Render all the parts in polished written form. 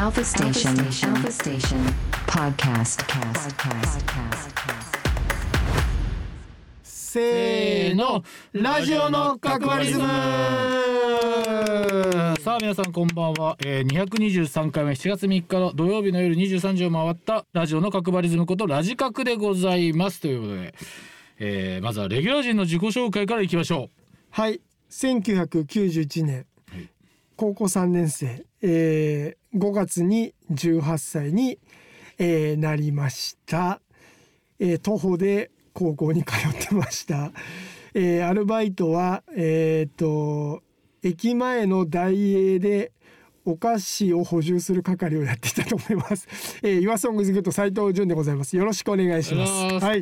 Alpha Station. Alpha Station. Podcast. せーの、ラジオの角張リズム。 さあ皆さんこんばんは、223回目7月3日の土曜日の夜23時を回ったラジオの角張リズムことラジ角でございますということで、まずはレギュラー陣の自己紹介からいきましょう。 はい、1991年、 はい、 高校3年生、5月に18歳に、なりました。徒歩で高校に通ってました。アルバイトは、駅前のダイエーでお菓子を補充する係をやっていたと思います。Your Song is Good斉藤潤でございます。よろしくお願いします。はい。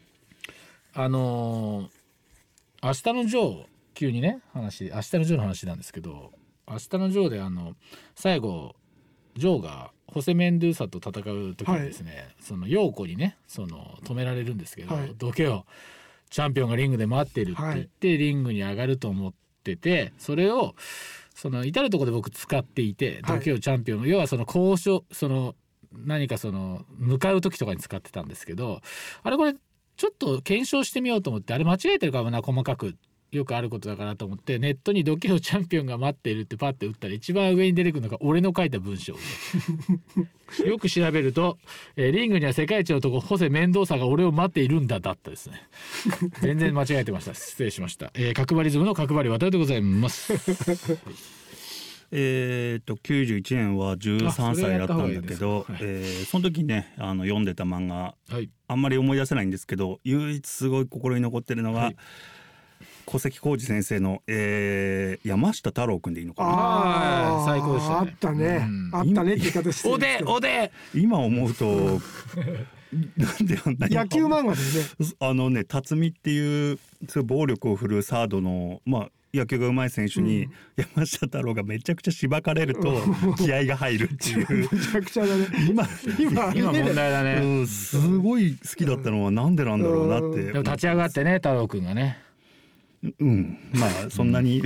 明日のジョー、急にね明日のジョーの話なんですけど、明日のジョーで最後ジョーがホセメンドゥーサと戦う時にですね、はい、その陽子にね止められるんですけど、はい、どけよチャンピオンがリングで待ってるって言って、はい、リングに上がると思ってて、それを至るところで僕使っていて、どけよチャンピオンの要は交渉何か向かう時とかに使ってたんですけど、これちょっと検証してみようと思って、あれ間違えてるかもな、細かくよくあることだからと思ってネットにドケよチャンピオンが待っているってパッて打ったら一番上に出てくるのが俺の書いた文章でよく調べると、リングには世界一の男ホセ・メンドーサが俺を待っているんだだったですね。全然間違えてました。失礼しました。角張リズムの角張渡でございます。 91年は13歳だったんだけど、その時ね読んでた漫画、はい、あんまり思い出せないんですけど、唯一すごい心に残ってるのが、はい、小関浩二先生の、山下太郎くんでいいのかな。 最高でしたね。 あったね、あったねって言い方してるんですけど、 おで今思うとなんであんなに野球漫画でね辰巳っていう暴力を振るうサードの野球が上手い選手に、山下太郎がめちゃくちゃしばかれると気合が入るっていうめちゃくちゃだね。 今問題だね、 すごい好きだったのはなんでなんだろうなって。 でも立ち上がってね太郎くんがね、 そんなに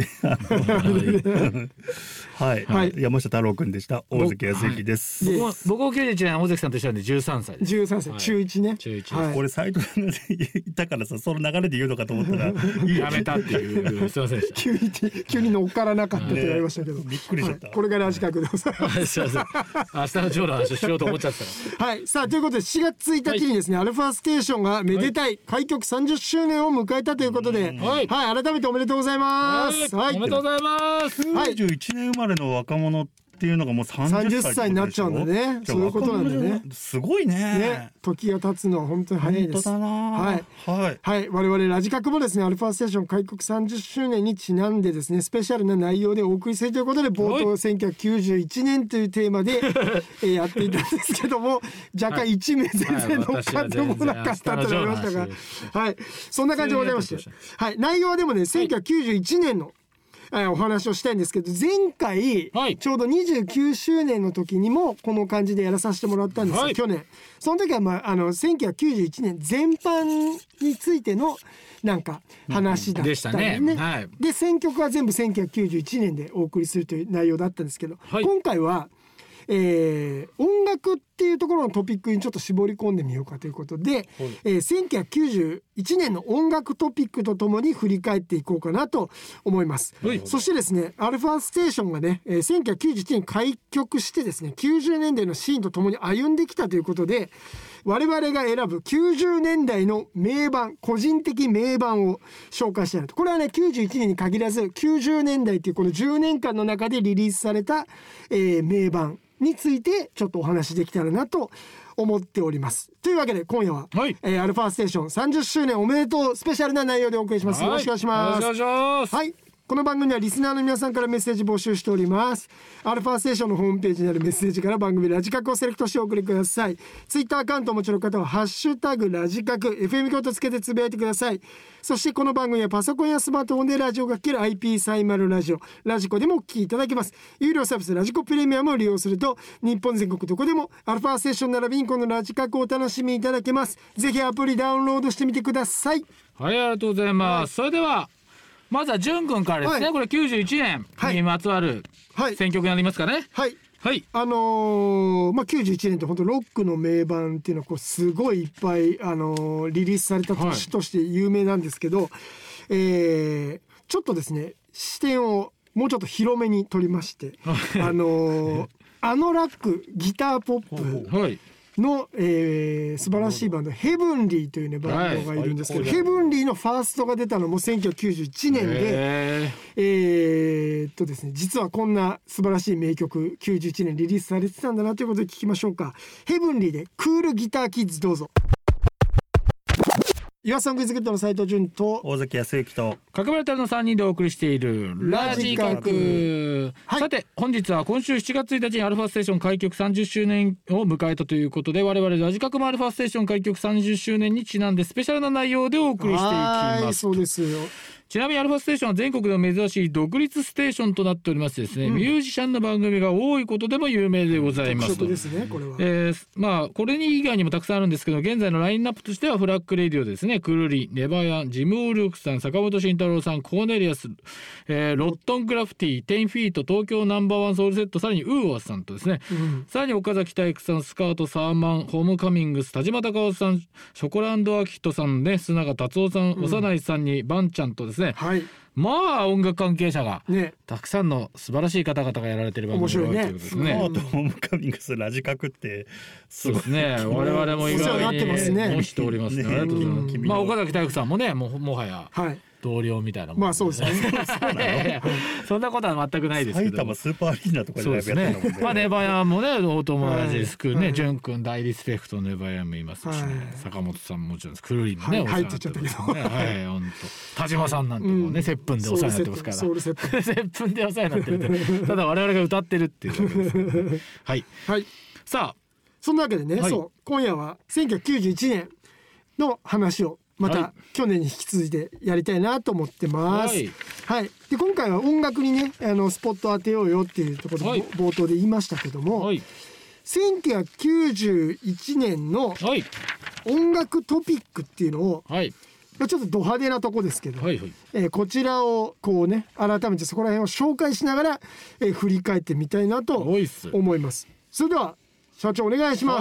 はい、山下太郎くんでした。大関康之です。 僕も91年大関さんと一緒なんで13歳です。 13歳、中1ね。 中1、 これ斉藤さんが言ったからさ、その流れで言うのかと思ったらやめたっていうすいませんでした。 急に乗っからなかったって言われましたけど、 びっくりしちゃった。 これがラジカクでございます。 すいません。明日のジョーの話しようと思っちゃったから。 はい、さあということで4月1日にですね、アルファステーションがめでたい開局30周年を迎えたということで、改めておめでとうございます。 おめでとうございます。 91年生まれの若者っていうのがもう30歳になっちゃうんだね。そういうことなんだね。 すごいね。 時が経つのは本当に早いです。 本当だな。 はい、我々ラジカクもですね、アルファステーション開国30周年にちなんでですね、スペシャルな内容でお送りするということで、冒頭1991年というテーマでやっていたんですけども、若干1名全然乗っかってこなかったとなりましたが、はい、そんな感じでございまして、はい、内容はでもね、1991年のお話をしたいんですけど、前回、ちょうど29周年の時にもこの感じでやらさせてもらったんですよ、去年。その時は、1991年全般についてのなんか話だったんですね。で選曲は全部1991年でお送りするという内容だったんですけど、今回は音楽っていうところのトピックにちょっと絞り込んでみようかということで、1991年の音楽トピックとともに振り返っていこうかなと思います。そしてですね、アルファステーションがね、1991年開局してですね、90年代のシーンとともに歩んできたということで、我々が選ぶ90年代の名盤、個人的名盤を紹介したいなと。これはね、91年に限らず90年代というこの10年間の中でリリースされた、名盤についてちょっとお話できたらなと思っております。というわけで今夜は、アルファステーション30周年おめでとうスペシャルな内容でお送りします。よろしくお願いします。はい、この番組はリスナーの皆さんからメッセージ募集しております。アルファステーションのホームページにあるメッセージから番組ラジカクをセレクトしてお送りください。ツイッターアカウントをお持ちの方はハッシュタグラジカク FM 京とつけてつぶやいてください。そしてこの番組はパソコンやスマートフォンでラジオが聴ける IP30 ラジオラジコでもお聞きいただけます。有料サービスラジコプレミアムを利用すると日本全国どこでもアルファステーション並びにこのラジカクをお楽しみいただけます。ぜひアプリダウンロードしてみてください。 はい、ありがとうございます。それではまずは淳君からですね、これ91年にまつわる選曲になりますかね。 はい。 91年って本当ロックの名盤っていうのはこうすごいいっぱい、リリースされた年として有名なんですけど、ちょっとですね視点をもうちょっと広めに取りましてラックギターポップの、素晴らしいバンドヘブンリーというねバンドがいるんですけど、ヘブンリーのファーストが出たのも1991年でですね、実はこんな素晴らしい名曲91年リリースされてたんだなということで聞きましょうか。ヘブンリーでクールギターキッズどうぞ。岩ソングイズグッドの斉藤潤と大関康之と角丸太の3人でお送りしているラジカク、はい、さて本日は今週7月1日にアルファステーション開局30周年を迎えたということで、我々ラジカクもアルファステーション開局30周年にちなんでスペシャルな内容でお送りしていきます。 そうですよ。 ちなみにアルファステーションは全国でも珍しい独立ステーションとなっておりましてですね、ミュージシャンの番組が多いことでも有名でございます。 特色ですねこれは。 これに以外にもたくさんあるんですけど、現在のラインナップとしてはフラッグレディオですね、クルリ、ネバヤン、ジム・ウルクさん、坂本慎太郎さん、コーネリアス、ロットン・グラフティ、10フィート、東京ナンバーワンソウルセット、さらにウーアさんとですね、さらに岡崎体育さん、スカート、サーマン、ホームカミングス、田島隆夫さん、ショコランド・アキトさんね、須永達夫さん、幼いさんにバンちゃんとですね、まあ音楽関係者がたくさんの素晴らしい方々がやられている番組が多いということですね。 ホームカミングスラジカクってそうですね。我々も意外に模しておりますね。ありがとうございます。まあ岡崎体育さんもね、もはや同僚みたいなもん、 まあそうですね。 そんなことは全くないですけど。 埼玉スーパーアリーナとかでライブやってるのもね。 まあネバヤンもね、お友達ですくね、潤くん大リスペクトのネバヤンもいますしね、坂本さんもちろんです。クルリンもね、 入ってっちゃったけど。 はい、本当。田島さんなんてもうね、接吻でお世話になってますから。接吻でお世話になってる。ただ我々が歌ってるっていう。はい。さあ、 そんなわけでね、今夜は1991年の話を。また去年に引き続いてやりたいなと思ってます。はい。で今回は音楽にねスポット当てようよっていうところで冒頭で言いましたけども、1991年の音楽トピックっていうのを、ちょっとド派手なとこですけど、こちらをこうね改めてそこら辺を紹介しながら、振り返ってみたいなと思います。それでは社長お願いします。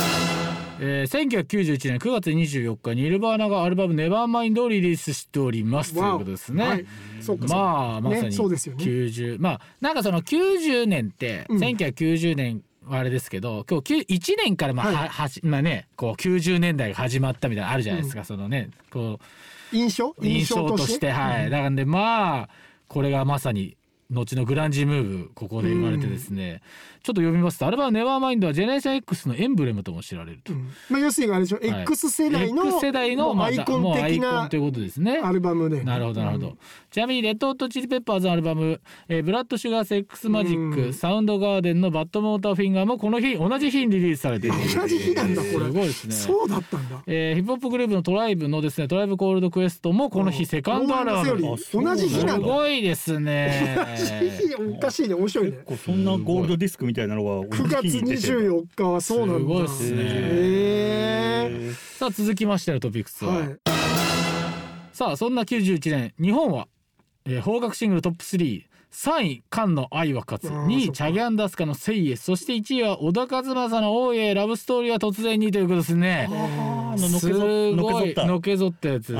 1991年9月24日ニルバーナがアルバムネバーマインドをリリースしておりますということですね。まさに90、まあなんかその90年って、1990年はあれですけど、今日1年からまあねこう90年代が始まったみたいなのあるじゃないですか、そのねこう印象としてだからでまあこれがまさに後のグランジムーブここで生まれてですね、ちょっと読みますとアルバムネバーマインドはジェネレーション X のエンブレムとも知られると、 要するにあれでしょ、X 世代のアイコン的なということですね。 アルバムで、 なるほど、ちなみにレッドホットチリペッパーズのアルバム、ブラッドシュガーセックスマジック、サウンドガーデンのバッドモーターフィンガーもこの日同じ日にリリースされている。 同じ日なんだこれ。 すごいですね。 そうだったんだ。 ヒップホップグループのトライブのですねトライブコールドクエストもこの日セカンドアルバム。 同じ日なの。 すごいですね。 おかしいね、面白いね。 結構そんなゴールドディスクみたいなのは 9月24日はそうなんだ。 すごいですね。さあ続きましてのトピックスは、さあそんな91年日本は、邦楽シングルトップ3、3位菅の愛は勝つ、2位チャギアンダスカのセイエス、そして1位は小田和正のオーエーラブストーリーは突然にということですね。すごいのけぞったやつです。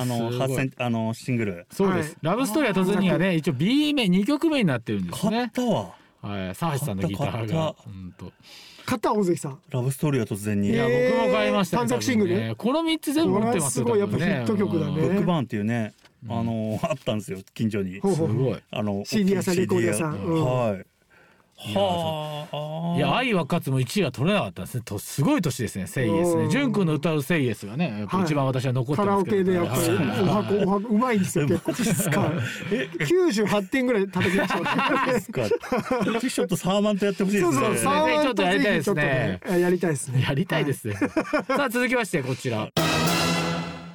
シングルそうです、ラブストーリーは突然にはね一応 B 面2曲目になってるんですね。 買ったわ。 沢橋さんのギターが買った大関さん。 ラブストーリーは突然に。 いや僕も買いましたね。 単作シングル。 この3つ全部持ってますよ。 すごいやっぱヒット曲だね。 ブックバーンっていうねあったんですよ近所に。 すごい。 CD 屋さんレコード屋さん。 いや愛は勝つも1位が取れなかったですね。すごい年ですね。セイエスね。潤君の歌うセイエスがね一番私は残ってますけど、 カラオケでやっぱりおはうまいんですよ結構。98点ぐらい叩きました。 ティッショとサーマンとやってほしいですね。 そうサーマンちょっとやりたいですね。 やりたいですね。 さあ続きましてこちら。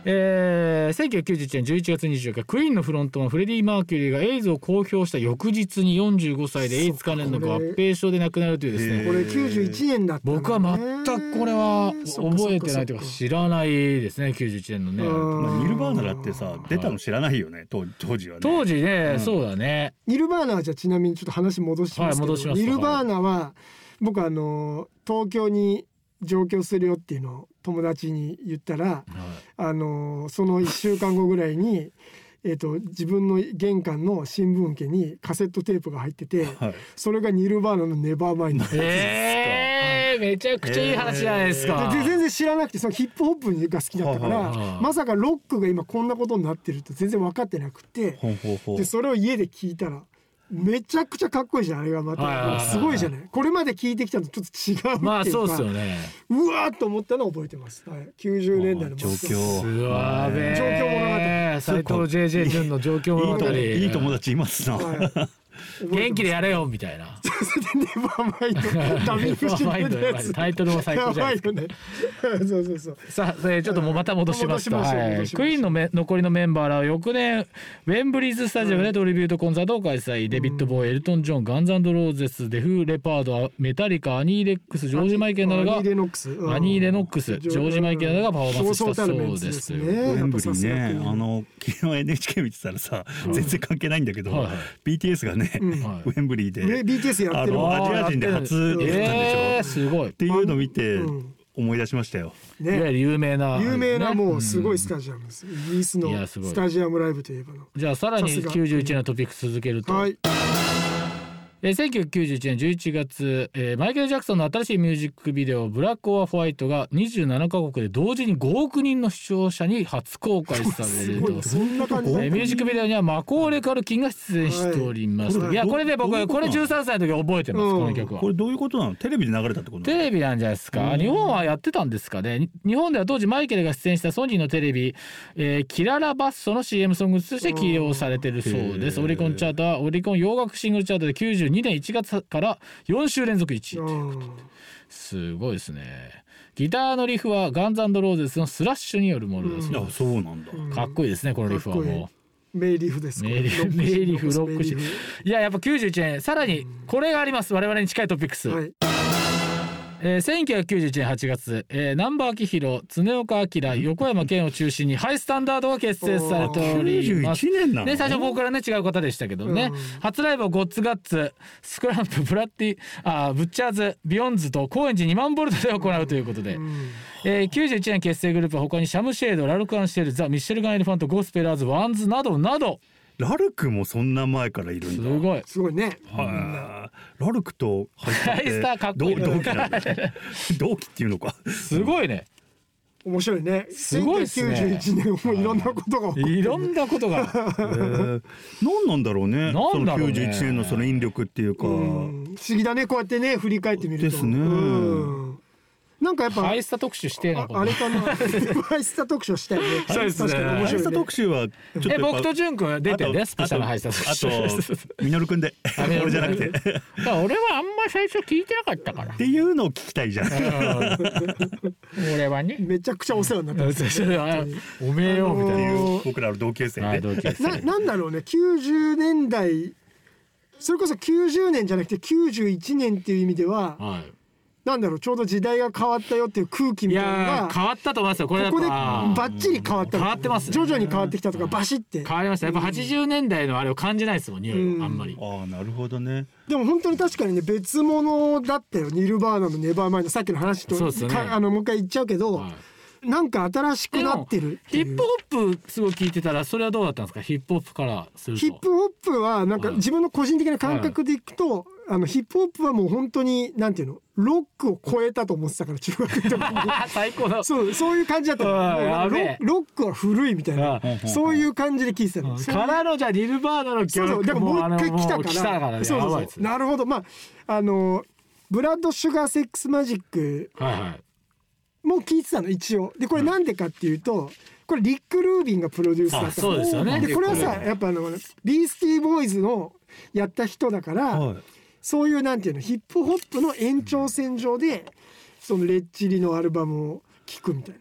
1991年11月24日クイーンのフロントマンフレディ・マーキュリーがエイズを公表した翌日に45歳でエイズ関連の合併症で亡くなるというですね、 これ91年だったんだね。 僕は全くこれは覚えてないというか知らないですね。91年のね、 ニルバーナだってさ出たの知らないよね、当時はね。 当時ね、そうだね。 ニルバーナはじゃあちなみにちょっと話戻しますけど、ニルバーナは僕東京に上京するよっていうのを友達に言ったら、その1週間後ぐらいに自分の玄関の新聞受けにカセットテープが入ってて、それがニルバーナのネバーマインド。 めちゃくちゃいい話じゃないですか。 で全然知らなくて、そのヒップホップが好きだったから、まさかロックが今こんなことになってるって全然分かってなくて、でそれを家で聞いたらめちゃくちゃかっこいいじゃん。あれがまたすごいじゃない。これまで聞いてきたのとちょっと違うっていうか、 まあそうですよね。 うわーっと思ったのを覚えてます。90年代の状況うわー状況物語、 斉藤 JJ 純の状況物語。 いい友達いますな。 元気でやれよみたいな。 ネバーマインドダビングしてるやつ。 タイトルも最高じゃないですか。 そう。 さあ、ちょっともうまた戻しますと、クイーンの残りのメンバーらは翌年ウェンブリーズスタジアムでトリビュートコンサートを開催。デビッド・ボーイ、エルトン・ジョン、ガンズ&ローゼス、デフ・レパード、メタリカ、アニー・レックス、ジョージ・マイケルなどがアニー・レノックス、ジョージ・マイケルなどがパフォーマンスしたそうです。 ウェンブリーね、昨日 NHK 見てたらさ、全然関係ないんだけど、BTS がね、ウェンブリーで BTS やってるアジア人で初やったんでしょ。 すごいっていうのを見て思い出しましたよ。 いわゆる有名なもうすごいスタジアムです。イギリスのスタジアムライブといえばの。 じゃあさらに91年のトピックス続けると、1991年11月、マイケル・ジャクソンの新しいミュージックビデオブラック・オア・ホワイトが27カ国で同時に5億人の視聴者に初公開されると。ミュージックビデオにはマコーレ・カルキンが出演しております。いやこれで僕これ13歳の時覚えてます、この曲は。 これどういうことなの？テレビで流れたってこと？ テレビなんじゃないですか。日本はやってたんですかね。日本では当時マイケルが出演したソニーのテレビ、キララバッソの CM ソングとして起用されてるそうです。オリコンチャートはオリコン洋楽シングルチャートで92年1月から4週連続1位。すごいですね。ギターのリフはガンズ&ローゼスのスラッシュによるものだそうです。 そうなんだ。 かっこいいですねこのリフは。もうメイリフです。 メイリフロックシ。いややっぱ91年さらにこれがあります。我々に近いトピックス。1991年8月、南波明宏、常岡明、横山健を中心にハイスタンダードが結成されております。 91年なの？ ね、最初僕からね違う方でしたけどね、初ライブをゴッツガッツ、スクランプ、ブッチャーズ、ビヨンズと高円寺2万ボルトで行うということで、91年結成グループは他にシャムシェード、ラルク・アンシェル、ザ・ミッシェルガン・エレファント、ゴスペラーズ、ワンズなどなど。 ラルクもそんな前からいるんだ。 すごいね。 ラルクとハイスターかっこいい。 同期っていうのか。 すごいね。 面白いね。 すごいですね。 91年もいろんなことがいろんなことが何なんだろうね。その91年のその引力っていうか。不思議だね。こうやってね振り返ってみると。 ですね。 なんかやっぱハイスタ特集してなあれかな。ハイスタ特集したよね。 そうですね。 ハイスタ特集はちょっと僕と潤君出てるね。スペシャルハイスタ特集。 あとミノル君で。俺じゃなくて。 俺はあんま最初聞いてなかったから。 っていうのを聞きたいじゃん。 俺はね。 めちゃくちゃお世話になってます。 おめえよみたいな。 僕らの同級生ね。 なんだろうね。90年代それこそ90年じゃなくて91年っていう意味では。なんだろう、ちょうど時代が変わったよっていう空気みたいなのが変わったと思いますよ。これこでバッチリ変わった。 変わってます。 徐々に変わってきたとかバシって変わりました。やっぱ80年代のあれを感じないですもん、匂いをあんまり。 なるほどね。 でも本当に確かにね別物だったよ。ニルバーナのネバーマインド、さっきの話ともう一回言っちゃうけど、なんか新しくなってるっていう。 ヒップホップすごい聞いてたらそれはどうだったんですか？ヒップホップからすると。 ヒップホップはなんか自分の個人的な感覚でいくと、ヒップホップはもう本当になんていうの、ロックを超えたと思ってたから、中学の時に最高だ。 そういう感じだった。ロックは古いみたいな、そういう感じで聞いてたの。 からのじゃあニルバーナの曲もだからもう一回来たから、そうなるほど。まあブラッドシュガーセックスマジックもう聞いてたの一応で。これなんでかっていうと、これリック・ルービンがプロデュースだった。 そうですよね。 でこれはさやっぱビースティーボーイズのやった人だから、そういうなんていうの、ヒップホップの延長線上でそのレッチリのアルバムを聴くみたいな。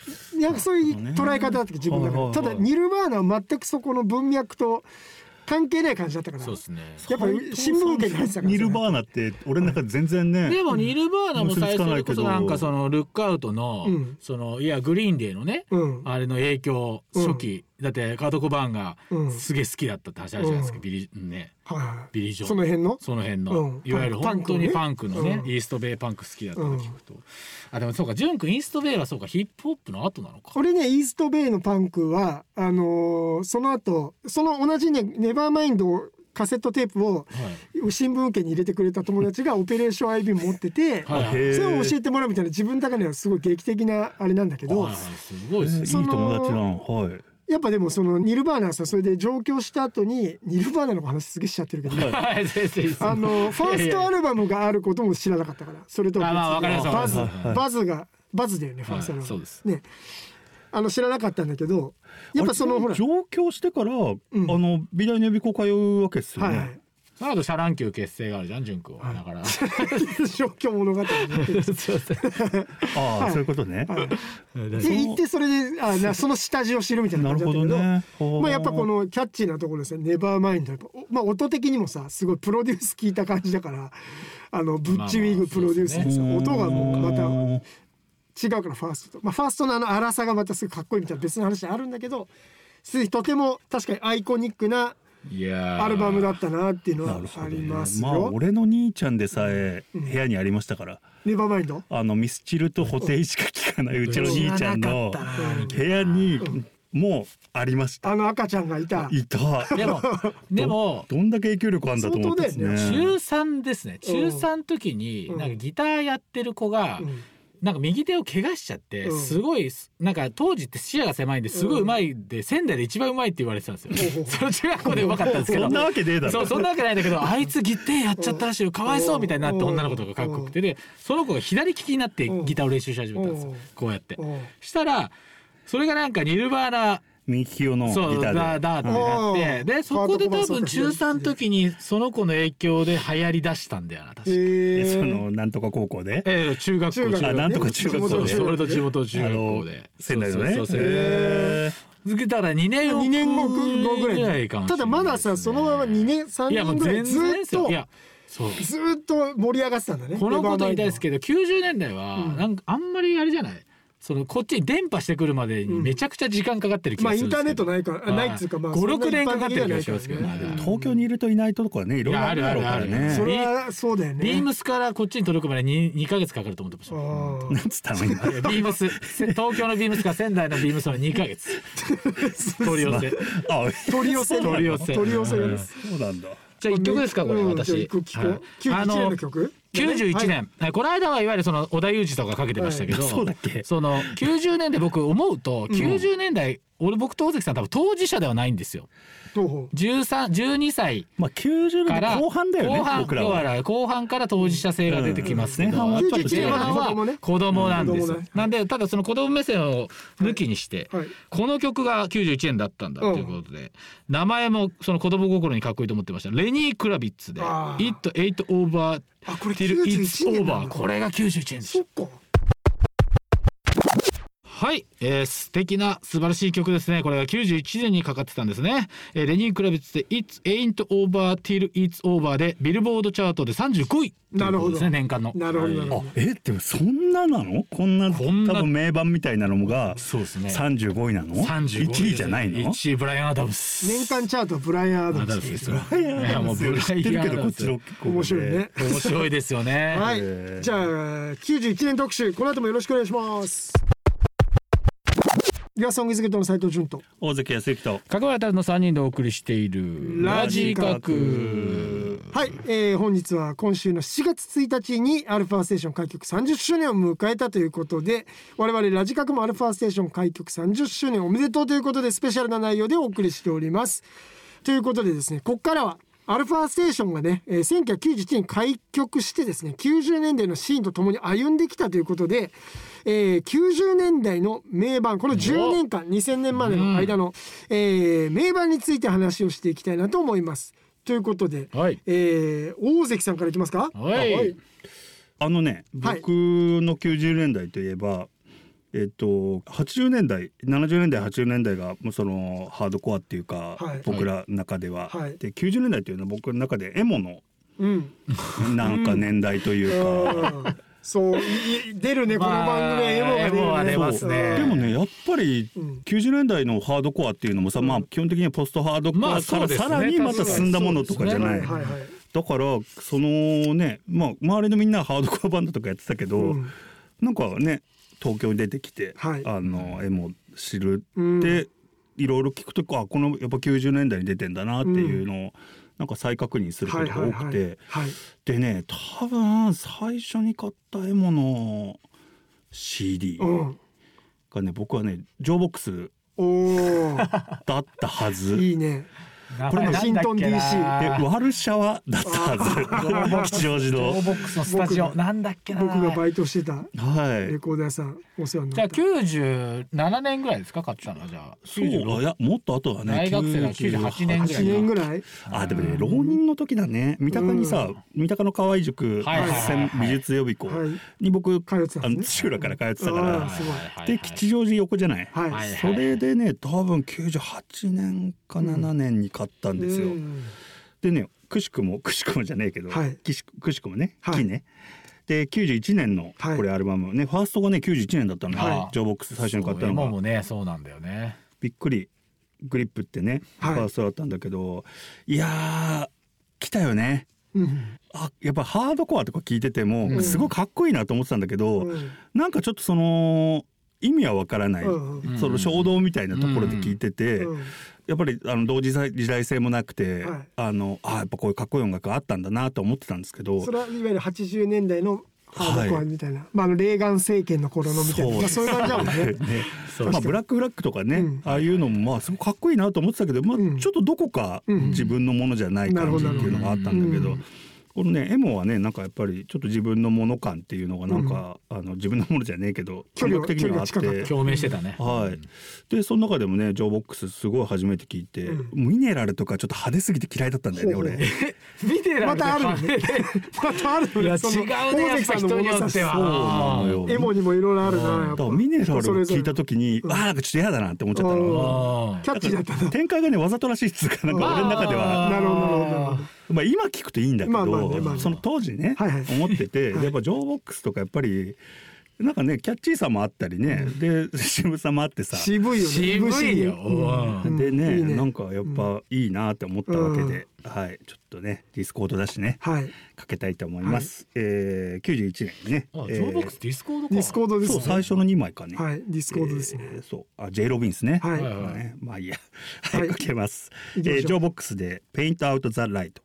なんかそういう捉え方だったけど自分の中で。ただニルバーナは全くそこの文脈と関係ない感じだったから。 そうですね。 やっぱり新聞受けに入ってたから。 ニルバーナって俺の中で全然ね。 でもニルバーナも最初こそなんかそのルックアウトの、そのいやグリーンデーのね、あれの影響初期、だってカート・コバーンがすげえ好きだったって話あるじゃないですか、ビリー・ジョン、 その辺の、 いわゆる本当にパンクのね、イーストベイパンク好きだったと聞くと、でもそうか、ジュン君イーストベイはそうかヒップホップの後なのか。 俺ねイーストベイのパンクはその後その同じねネバーマインドカセットテープを新聞受けに入れてくれた友達がオペレーション IB 持ってて、それを教えてもらうみたいな、自分の中ではすごい劇的なあれなんだけど、 すごいですね。いい友達なの。 やっぱでもそのニルバーナさ、それで上京した後にニルバーナの話すげえしちゃってるけど、ファーストアルバムがあることも知らなかったから。それとバズだよね、ファーストアルバム。そうですね。知らなかったんだけど、やっぱそのほら上京してから美大の予備校通うわけですよね。 その後シャランキュー結成があるじゃん、ジュン君は。だから状況物語そういうことね。 で行ってそれでその下地を知るみたいな感じだったけど、まあやっぱこのキャッチーなところですね。ネバーマインド、まあ音的にもさすごいプロデュース聞いた感じだから、ブッチウィグプロデュースですよ。音がもうまた違うからファーストと、ファーストの粗さがまたすごいかっこいいみたいな別の話あるんだけど、とても確かにアイコニックなアルバムだったなっていうのはありますよ。 俺の兄ちゃんでさえ部屋にありましたから。 ネバーマインドミスチルと布袋しか聴かないうちの兄ちゃんの部屋にもうありました。 赤ちゃんがいた。 でもどんだけ影響力あるんだと思ってですね。 中3ですね。中3の時になんかギターやってる子がなんか右手を怪我しちゃって、すごいなんか当時って視野が狭いんですごい上手いで、仙台で一番上手いって言われてたんですよ。その中学校で上手かったんですけど、 そんなわけねえだろ。 そんなわけないんだけど、あいつギターやっちゃったらしいよ、かわいそうみたいになって、女の子とかかっこよくて、でその子が左利きになってギターを練習し始めたんですよ、こうやって。したらそれがなんかニルバーナ右利き用のギターでダーってなって、でそこで多分中3の時にその子の影響で流行りだしたんだよな、確かに。なんとか高校で中学校なんとか中学校で、 それと地元中学校で仙台のね。 だから2年後ぐらいかもしれない。 ただまださそのまま2年3年ぐらいずっと盛り上がってたんだね。 このこと言いたいですけど、90年代はなんかあんまりあれじゃない、こっちに電波してくるまでにめちゃくちゃ時間かかってる気がするんですけど、 インターネットないっつうか、5、 6年かかってる気がしますけどね。 東京にいるといないとこはね、いろいろあるだろうからね。 それはそうだよね。 ビームスからこっちに届くまで2ヶ月かかると思ってました。 なんつったの今。 ビームス東京のビームスから仙台のビームスまで2ヶ月取り寄せ取り寄せそうなんだ。 じゃあ1曲ですか、これ私。 91年の曲 91年、この間はいわゆるその織田裕二とかかけてましたけど、その90年代僕思うと、90年代僕と大関さん多分当事者ではないんですよ。12歳から後半だよね。 後半から当事者性が出てきますけど、前半は子供なんですよ。なんでただその子供目線を抜きにして、この曲が91年だったんだということで、名前もその子供心にかっこいいと思ってました。レニー・クラビッツで It Ain't Over Till It's Over。 これが91年です。はい、素敵な素晴らしい曲ですね。これが91年にかかってたんですね。レニー・クラビッツで It Ain't Over Till It's Over でビルボードチャートで35位ということですね、年間の。 なるほど。 でもそんななの？こんな多分名盤みたいなのが35位なの？1位じゃないの ？1位ブライアン・アダムス。 年間チャートブライアン・アダムスですよ。 ブライアン・アダムス知ってるけど、こっちの面白いね。 面白いですよね。 はい、じゃあ91年特集、この後もよろしくお願いします。ではソングズゲットの斉藤潤と大関康之と角原太の3人でお送りしているラジカク。 はい、本日は今週の7月1日にアルファステーション開局30周年を迎えたということで、我々ラジカクもアルファステーション開局30周年おめでとうということでスペシャルな内容でお送りしております。ということでですね、ここからはアルファステーションがね、1991年に開局してですね、90年代のシーンとともに歩んできたということで、90年代の名盤、この10年間2000年までの間の、名盤について話をしていきたいなと思います。ということで、大関さんからいきますか。 僕の90年代といえば 80年代70年代80年代がそのハードコアっていうか、はい、僕らの中では、はい、で90年代っていうのは僕の中でエモの、うん、なんか年代というか、 そう出るねこの番組はエモが出るね。 ますね。 でもねやっぱり90年代のハードコアっていうのもさ、まあ基本的にはポストハードコアからさらにまた進んだものとかじゃない。だからそのね、まあ周りのみんなはハードコアバンドとかやってたけど、なんかね東京に出てきて、はい、エモ知るっていろいろ聞くとこのやっぱ90年代に出てんだなっていうのをなんか再確認することが多くて、でね多分最初に買ったエモの CD がね、僕はねジョーボックスだったはず。 いいね。 これワシントン DC でワルシャワだったはず。吉祥寺のジョーボックスのスタジオなんだっけな。 僕がバイトしてたレコード屋さんお世話になった。 じゃあ97年ぐらいですか買ってたのは。じゃあそういやもっと後はね大学生の98年ぐらい。 8年ぐらい。 あでもね浪人の時だね。三鷹にさ、三鷹の河合塾美術予備校に僕土浦から通ってたから、で吉祥寺横じゃない。それでね多分98年か7年に買ったんですよ。でねくしくもじゃねえけど、くしくもね木ね。で91年のこれアルバムね、ファーストがね91年だったのよ、ジョーボックス最初に買ったのが。 もうねそうなんだよね。 びっくり。グリップってね、ファーストだったんだけど、いや来たよね。やっぱハードコアとか聞いててもすごいかっこいいなと思ってたんだけど、なんかちょっとその意味はわからない、その衝動みたいなところで聞いてて、やっぱり同時代性もなくて、やっぱこういうかっこいい音楽あったんだなと思ってたんですけど、 それはいわゆる80年代のハードコアみたいな、レーガン政権の頃のみたいな、そういう感じだもんね。 ブラックフラッグとかね、ああいうのもすごくかっこいいなと思ってたけど、ちょっとどこか自分のものじゃない感じっていうのがあったんだけど、このねエモはねなんかやっぱりちょっと自分のもの感っていうのがなんか、自分のものじゃねえけど距離的にはあって共鳴してたね。 でその中でもねジョーボックスすごい初めて聞いて、ミネラルとかちょっと派手すぎて嫌いだったんだよね俺。 ミネラルまたあるのね。またあるのね。 違うねやっぱ人によっては。 エモにもいろいろあるな。 ミネラルを聞いた時になんかちょっと嫌だなって思っちゃったの。 キャッチーだった。 展開がねわざとらしいっつうかなんか俺の中では。 なるほど。 今聞くといいんだけど、その当時ね思ってて、やっぱジョーボックスとかやっぱりなんかねキャッチーさもあったりね、で渋さもあってさ、 渋いよね。 渋いよ。 でねなんかやっぱいいなって思ったわけで、ちょっとねディスコードだしねかけたいと思います。91年にねジョーボックスディスコードか。 ディスコードですね。 最初の2枚かね。 ディスコードですね。 J ロビンスね。まあいいやかけます。ジョーボックスでペイントアウトザライト。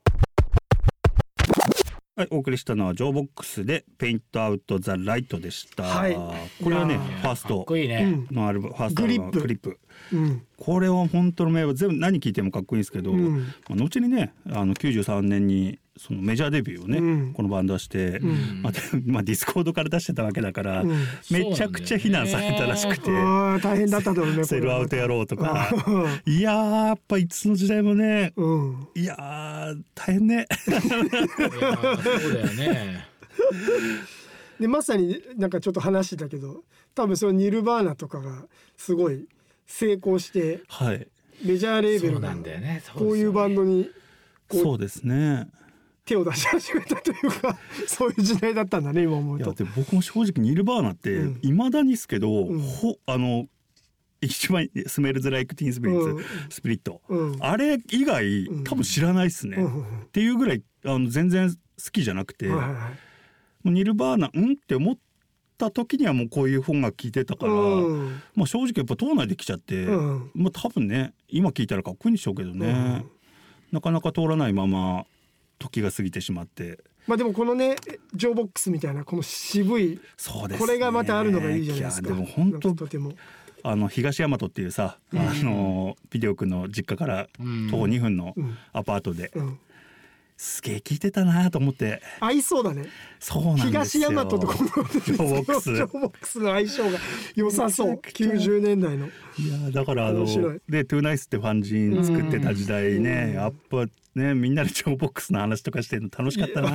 お送りしたのはジョーボックスでペイントアウトザライトでした。これはねファーストのアルバム、ファーストアルバムグリップ。これは本当の名は全部何聴いてもかっこいいんですけど、後にね93年にそのメジャーデビューをね、このバンドはして、ディスコードから出してたわけだから、めちゃくちゃ非難されたらしくて、 大変だっただろうね。 セルアウトやろうとかいややっぱいつの時代もね、いや大変ね。 そうだよね。 でまさになんかちょっと話してたけど、多分そのニルバーナとかがすごい成功して、メジャーレーベルがこういうバンドにそうですね手を出し始めたというか、そういう時代だったんだね今思うと。 いやで僕も正直ニルバーナっていまだにですけど、一番スメルズライクティーンスピリッツ、スピリット、あれ以外多分知らないっすね、っていうぐらい全然好きじゃなくて、もうニルバーナって思った時にはもうこういう本が聴いてたから、正直やっぱ島内で来ちゃって、多分ね今聴いたらかっこいいんでしょうけどね、なかなか通らないまま時が過ぎてしまって、 でもこのねジョーボックスみたいなこの渋い、 そうですね、 これがまたあるのがいいじゃないですか。 でも本当とても東大和っていうさ、ピデオ君の実家から徒歩2分のアパートで、すげえ聞いてたなと思って。 合いそうだね。 そうなんですよ。 東大和とこのジョーボックスの相性が良さそう。90年代の。 いやだからでトゥーナイスってファンジン作ってた時代ね、やっぱね、みんなでジョーボックスの話とかしてるの楽しかったな。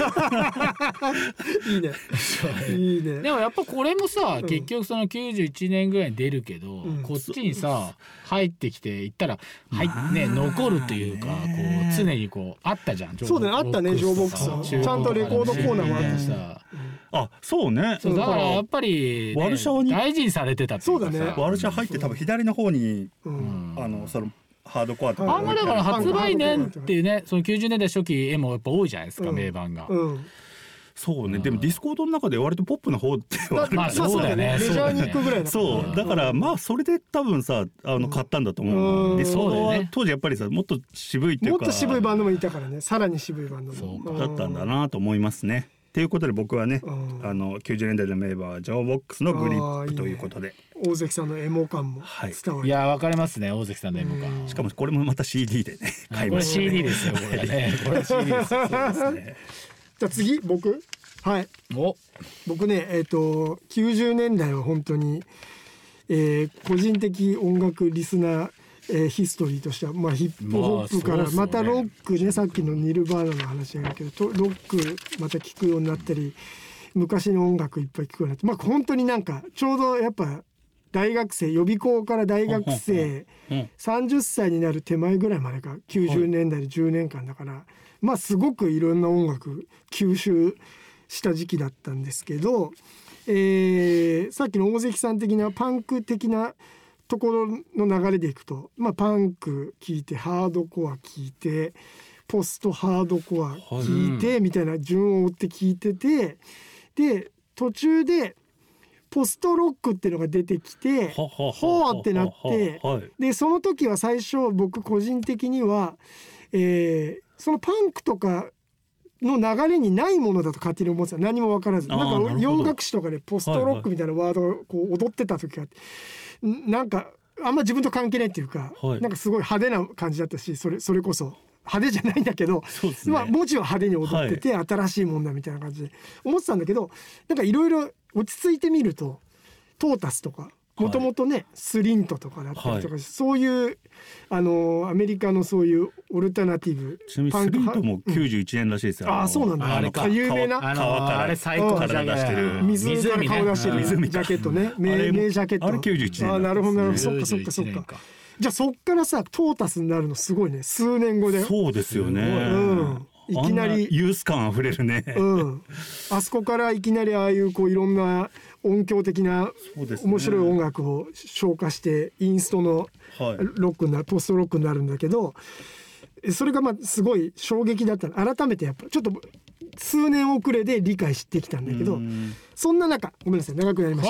いいねいいね。 でもやっぱこれもさ、結局その91年ぐらいに出るけど、こっちにさ入ってきていったら、ね、残るというか、こう常にこうあったじゃん。 そうだね、あったね、ジョーボックスはちゃんとレコードコーナーもあったしさ。 あ、そうね。 そうだからやっぱり、ね、 ワルシャワに大事にされてたっていうかさ。 そうだね。 ワルシャワ入って多分左の方に、そのハードコアとか。 あんまだから発売年っていうね、その90年代初期絵もやっぱ多いじゃないですか、名盤が。 そうね、でもディスコードの中で割とポップな方ってまあそうだよね、 メジャーに行くぐらいだ。 そうだからまあそれで多分さ買ったんだと思う。でその当時やっぱりさもっと渋いっていうか、 もっと渋いバンドもいたからね、さらに渋いバンドもだったんだなと思いますね。ということで僕はね、90年代の名馬はジョーボックスのグリップということで、 大関さんのエモ感も伝わる。 いや分かりますね、大関さんのエモ感。 しかもこれもまた CD でね買いました。これ CD ですよ、これね。これ CD です。そうですね。 じゃあ次僕、はい。僕ね、90年代は本当に、個人的音楽リスナーヒストリーとしては、まあ、ヒップホップからまたロックね、さっきのニルバーナの話があるけど、ロックまた聴くようになったり、昔の音楽いっぱい聴くようになって、まあ本当になんかちょうどやっぱ大学生、予備校から大学生30歳になる手前ぐらいまでが90年代で10年間だから、まあすごくいろんな音楽吸収した時期だったんですけど、さっきの大関さん的なパンク的なところの流れでいくと、まあ、パンク聴いてハードコア聴いてポストハードコア聴いて、みたいな順を追って聴いてて、で途中でポストロックっていうのが出てきて、ほーってなって、でその時は最初僕個人的には、そのパンクとかの流れにないものだと勝手に思ってた。何も分からず、なんか洋楽誌とかでポストロックみたいなワードをこう踊ってた時があって、なんかあんま自分と関係ないっていうか、なんかすごい派手な感じだったし、それこそ派手じゃないんだけど、まあ文字は派手に踊ってて、新しいもんだみたいな感じで思ってたんだけど、なんかいろいろ落ち着いてみるとトータスとかもともとね、スリントとかだったりとか、そういうアメリカのそういうオルタナティブパンク、スリントも91年らしいですよ。 あ、そうなんだ。あれか、有名な川から最高から出してる水から顔出してるジャケットね、名ジャケット。 あれ91年。 あ、なるほどなるほど。そっかそっかそっか。じゃあそっからさトータスになるのすごいね、数年後で。 そうですよね。 いきなりユース感あふれるね。 あそこからいきなりああいうこういろんな音響的な面白い音楽を消化してインストのロックになる、ポストロックになるんだけど、それがまあすごい衝撃だった。改めてやっぱちょっと数年遅れで理解してきたんだけど、そんな中、ごめんなさい長くなりました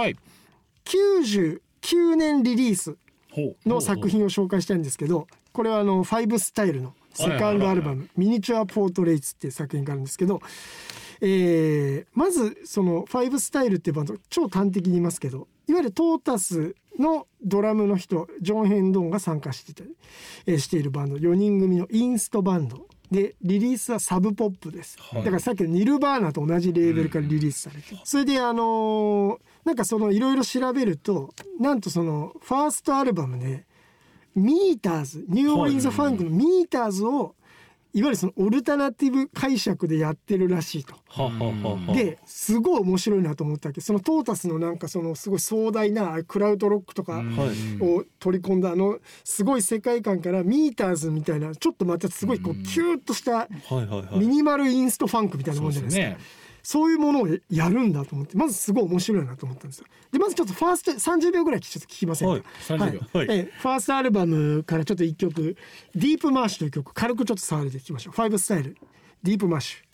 、99年リリースの作品を紹介したいんですけど、これは5スタイルのセカンドアルバム「ミニチュア・ポートレイツ」っていう作品があるんですけど、まずその5スタイルっていうバンド超端的に言いますけど、いわゆるトータスのドラムの人ジョン・ヘンドンが参加しているバンド、4人組のインストバンドで、リリースはサブポップです、だからさっきのニルバーナと同じレーベルからリリースされて、それでなんかそのいろいろ調べると、なんとそのファーストアルバムでミーターズ、ニューオーリンズファンクのミーターズをいわゆるそのオルタナティブ解釈でやってるらしいと。ですごい面白いなと思ったわけ。そのトータスのなんかそのすごい壮大なクラウドロックとかを取り込んだすごい世界観からミーターズみたいなちょっとまたすごいこうキューッとしたミニマルインストファンクみたいなもんじゃないですか。そういうものをやるんだと思って、まずすごい面白いなと思ったんですよ。でまずちょっとファースト30秒ぐらいちょっと聞きませんか。ファーストアルバムからちょっと1曲ディープマッシュという曲軽くちょっと触りでいきましょう。5スタイルディープマッシュ。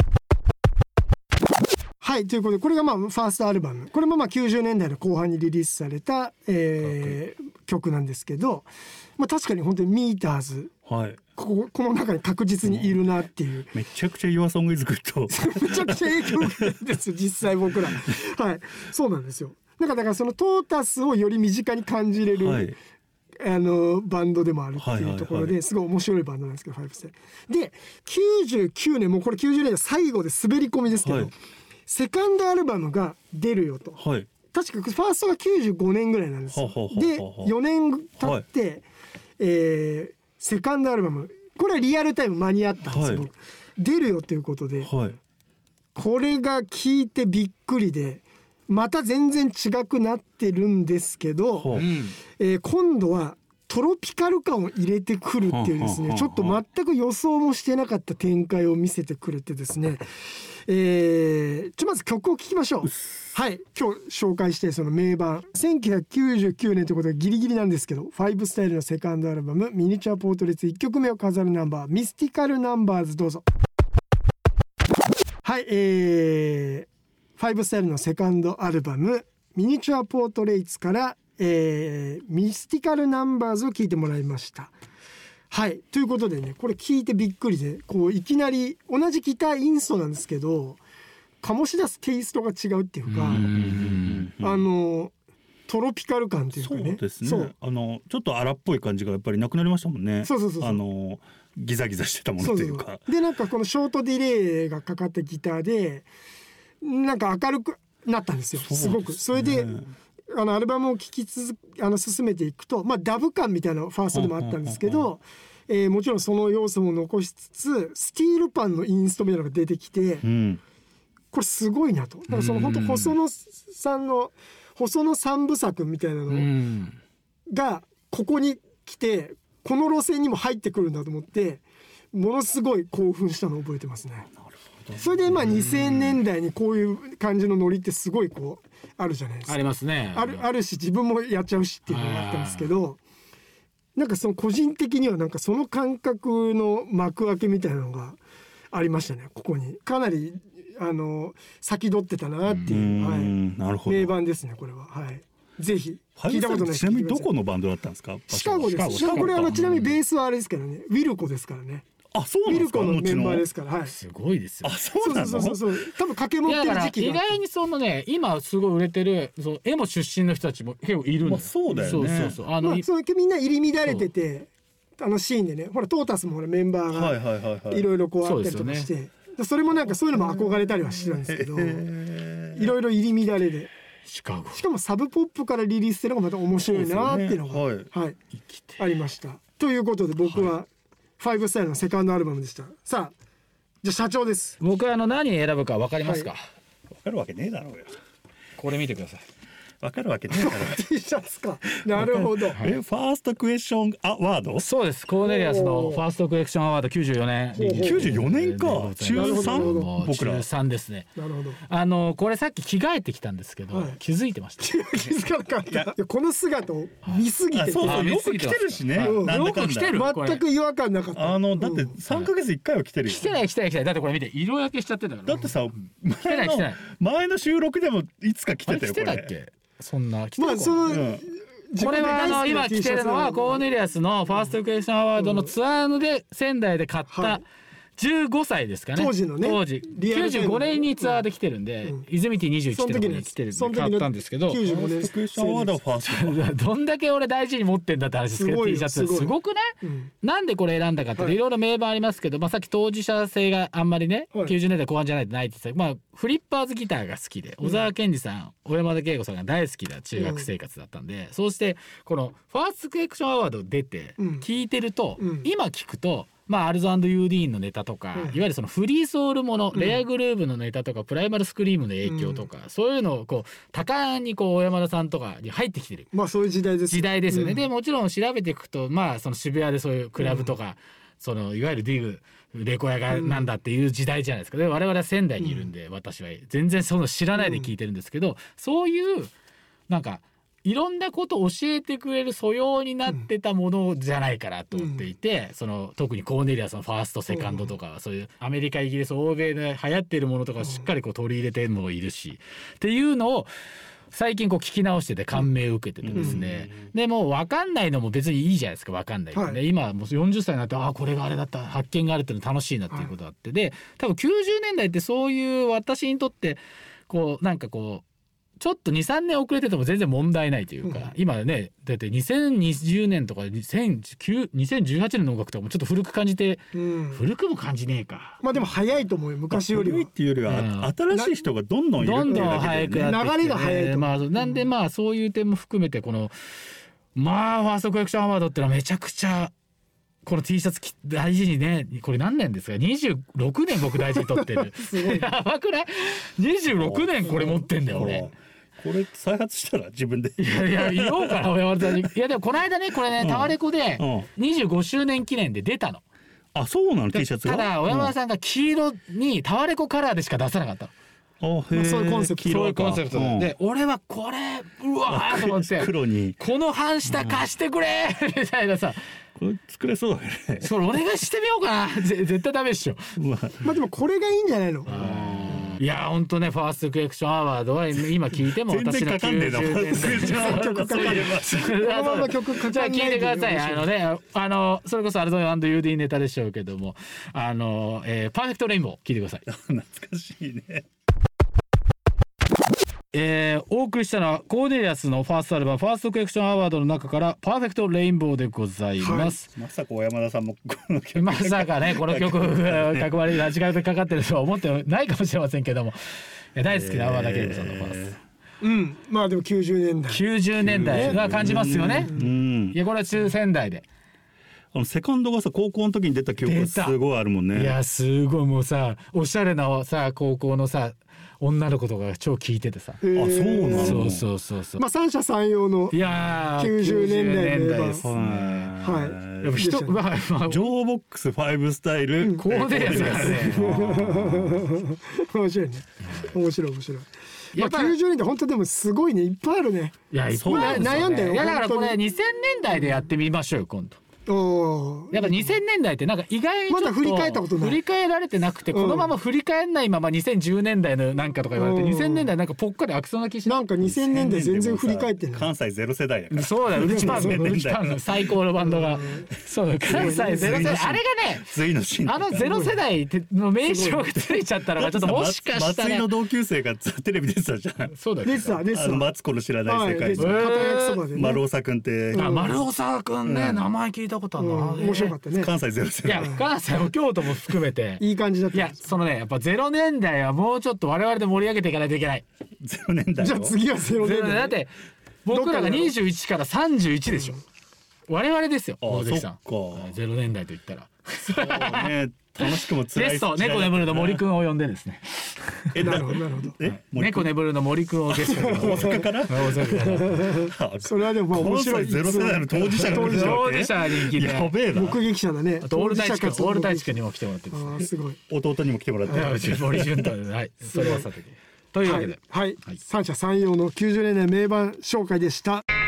はい、ということでこれがまあファーストアルバム、これもまあ90年代の後半にリリースされた、曲なんですけど、まあ、確かに本当にミーターズ、この中に確実にいるなっていう、 めちゃくちゃYour Song is Good めちゃくちゃ影響を受けるんですよ実際僕らそうなんですよ。だからそのトータスをより身近に感じれる、バンドでもあるっていうところですごい面白いバンドなんですけど、5スタイルで99年、もうこれ90年代最後で滑り込みですけど、セカンドアルバムが出るよと、確かファーストが95年ぐらいなんですよ。で4年経って、セカンドアルバムこれはリアルタイム間に合ったんですよ、 はい、 出るよということで、 はい、 これが聞いてびっくりで、また全然違くなってるんですけど、今度はトロピカル感を入れてくるっていうですね、ちょっと全く予想もしてなかった展開を見せてくれてですね、まず曲を聴きましょう。はい、今日紹介してその名盤、1999年ということでギリギリなんですけど、ファイブスタイルのセカンドアルバムミニチュアポートレーツ1曲目を飾るナンバー、ミスティカルナンバーズ、どうぞ。はい、ファイブスタイルのセカンドアルバムミニチュアポートレイツから、ミスティカルナンバーズを聞いてもらいました。はい、ということでね、これ聞いてびっくりで、こういきなり同じギターインストなんですけど醸し出すテイストが違うっていうか、トロピカル感っていうかね。 そうですね。ちょっと荒っぽい感じがやっぱりなくなりましたもんね。そうギザギザしてたものっていうか。 そうでなんかこのショートディレイがかかったギターでなんか明るくなったんですよ。すごく。それでアルバムを聴き進めていくと、ダブ感みたいなファーストでもあったんですけど、もちろんその要素も残しつつスティールパンのインストみたいなのが出てきて、これすごいなと。だからその本当細野さんの細野三部作みたいなのがここに来てこの路線にも入ってくるんだと思ってものすごい興奮したのを覚えてますね。それで2000年代にこういう感じのノリってすごいこうあるじゃないですか。 ありますね。 あるし自分もやっちゃうしっていうのがあったんですけど、なんかその個人的にはなんかその感覚の幕開けみたいなのがありましたね。ここにかなり先取ってたなっていう、 なるほど、 名盤ですねこれは。はい、ぜひ聞いたことない。 ちなみにどこのバンドだったんですか？ シカゴです。これちなみにベースはあれですけどね、ウィルコですからね。 あ、そうなんですか。 ウィルコのメンバーですから。はい、 すごいですよ。 あ、そうなの。 そう多分掛け持ってる時期が。 意外にそのね、今すごい売れてるエモ出身の人たちも結構いるんだよ。 そうだよね。 そうみんな入り乱れてて、シーンでね、ほらトータスもほらメンバーがいろいろこうあったりとかして、それもなんかそういうのも憧れたりはしてたんですけど、いろいろ入り乱れで。しかもサブポップからリリースしてるのがまた面白いなっていうのが、はいありました。ということで僕はファイブスタイルのセカンドアルバムでした。さあ、じゃあ社長です。 僕は何選ぶか分かりますか？ 分かるわけねえだろうよ。 これ見てください。 分かるわけねえだろ T シャツか。なるほど。 ファーストクエスチョンアワード。 そうです。コーネリアスのファーストクエスチョンアワード94年。 94年か。中3。僕ら。 中3ですね。 なるほど。 これさっき着替えてきたんですけど、気づいてました。 気づかなかった。いやこの姿を見すぎて。 そうよく着てるしね。 よく着てる。 全く違和感なかった。 だって3ヶ月1回は着てるよ。 着てない。だってこれ見て色焼けしちゃってたから。 だってさ、 前の収録でもいつか着てたよ。 着てたっけ？そんなこれは今着てるのはコーネリアスのファーストクエスチョンアワードのツアーで仙台で買った15歳ですかね。 当時のね。 95年にツアーで来てるんで、泉ティ21ってとこに来てるんで買ったんですけど、 95年クエスチョンアワードファースト。 どんだけ俺大事に持ってんだって話ですけど、T シャツすごくね。なんでこれ選んだかっていろいろ名盤ありますけど、さっき当事者性があんまりね、90年代後半じゃないとないって言ってた。フリッパーズギターが好きで、小沢健二さん、小山田圭吾さんが大好きな中学生活だったんで、そうしてこのファーストクエスチョンアワード出て聞いてると、今聞くとアルゾ&ユーディーンのネタとか、いわゆるそのフリーソウルもの、レアグルーヴのネタとか、プライマルスクリームの影響とか、そういうのをこう多感に小山田さんとかに入ってきてる。 そういう時代ですよね。でもちろん調べていくと、その渋谷でそういうクラブとか、そのいわゆるディグレコヤがなんだっていう時代じゃないですか。で我々は仙台にいるんで、私は全然その知らないで聞いてるんですけど、そういうなんかいろんなことを教えてくれる素養になってたものじゃないかなと思っていて、その特にコーネリアスのファーストセカンドとかはそういうアメリカイギリス欧米で流行っているものとかをしっかりこう取り入れてるのもいるし、っていうのを最近こう聞き直してて感銘を受けててですね、でもう分かんないのも別にいいじゃないですか。分かんないで、今もう40歳になってこれがあれだった、発見があるっていうの楽しいなっていうことがあって、で多分90年代ってそういう私にとってこうなんかこうちょっと 2,3 年遅れてても全然問題ないというか、今ねだって2020年とか2018年の音楽とかもちょっと古く感じて、古くも感じねえか。 でも早いと思うよ、昔よりは。 古いっていうよりは、新しい人がどんどんいるっていうだけで、 早くなってきて、 流れが早いと思う。 なんでそういう点も含めてこのファーストコレクションアワードってのはめちゃくちゃこの T シャツ大事にね、これ何年ですか、26年僕大事に取ってるすごいやばくない26年これ持ってんだよ俺。 これ再発したら自分でいや言おうかな小山田さんに。いやでもこの間ねこれねタワレコで25周年記念で出たの。 あ、そうなの T シャツが。 ただ小山田さんが黄色にタワレコカラーでしか出さなかったの。 そういうコンセプト。 そういうコンセプトで、俺はこれうわーと思って黒にこの半下貸してくれみたいなさ、 これ作れそうだよね。 それお願いしてみようかな。絶対ダメっしょ。 まあでもこれがいいんじゃないの。 いや本当ねファーストクエクションアワードは今聞いても私の90年代曲かかる。このまま曲かかんない。 じゃあ聞いてください。それこそアルド&ユーディネタでしょうけどもパーフェクトレインボー聞いてください。 懐かしいね。 お送りしたのはコーネリアスのファーストアルバムファーストクエクションアワードの中からパーフェクトレインボーでございます、 まさか小山田さんもこの曲まさかねこの曲角張りラジカルでかかってるとは思ってないかもしれませんけども、大好きな阿和田恵子さんのファースト、 まあでも90年代が感じますよね。いやこれは中仙台でセカンドがさ高校の時に出た曲がすごいあるもんね。 いやすごいもうさおしゃれなさ高校のさ女の子とか超聞いててさ、 そうなの。 そうまあ三者三様のいや 90年代でですね。 はい。 やっぱ人ジョーボックス5スタイルこうでやつがね面白いね。面白い。まあ90年代本当でもすごいね、いっぱいあるね。 いやいっぱいあるんですよね。 悩んだよ。 いやだからこれ2000年代でやってみましょうよ今度。やっぱ2000年代ってなんか意外にちょっとまだ振り返ったことない。 振り返られてなくて、このまま振り返んないまま2010年代のなんかとか言われて2000年代なんかぽっかり開きそうな気しない。 なんか2000年代全然振り返ってない。 関西ゼロ世代だから。 そうだよ、ウルチパンの最高のバンドがそう関西ゼロ世代、あれがねゼロ世代の名称がついちゃったのがちょっともしかしたら松井の同級生がテレビ出てたじゃん。 そうだよ。 出てた。 マツコの知らない世界丸尾くんって。 丸尾くんね、名前聞いたことあるな。 面白かったね。 関西ゼロ世代。 いや関西も京都も含めていい感じだった。 いやそのねやっぱ0年代はもうちょっと我々で盛り上げていかないといけない。 0年代。 じゃあ次は0年代。 だって僕らが21から31でしょ。我々ですよ大関さん。0年代と言ったら。 そうね。楽しくも辛い。 ゲスト猫眠るの森くんを呼んでですね。 なるほど。 猫眠るの森くんをゲストに。 大阪から。 それはでも面白い。 ゼロ世代の当事者が来る当事者に来て。 やべえな。 目撃者だね。 あとオール太一くんにも来てもらってですね。 すごい。 弟にも来てもらって。 森潤とはいそれはさて。というわけではい三者三様の90年代名盤紹介でした。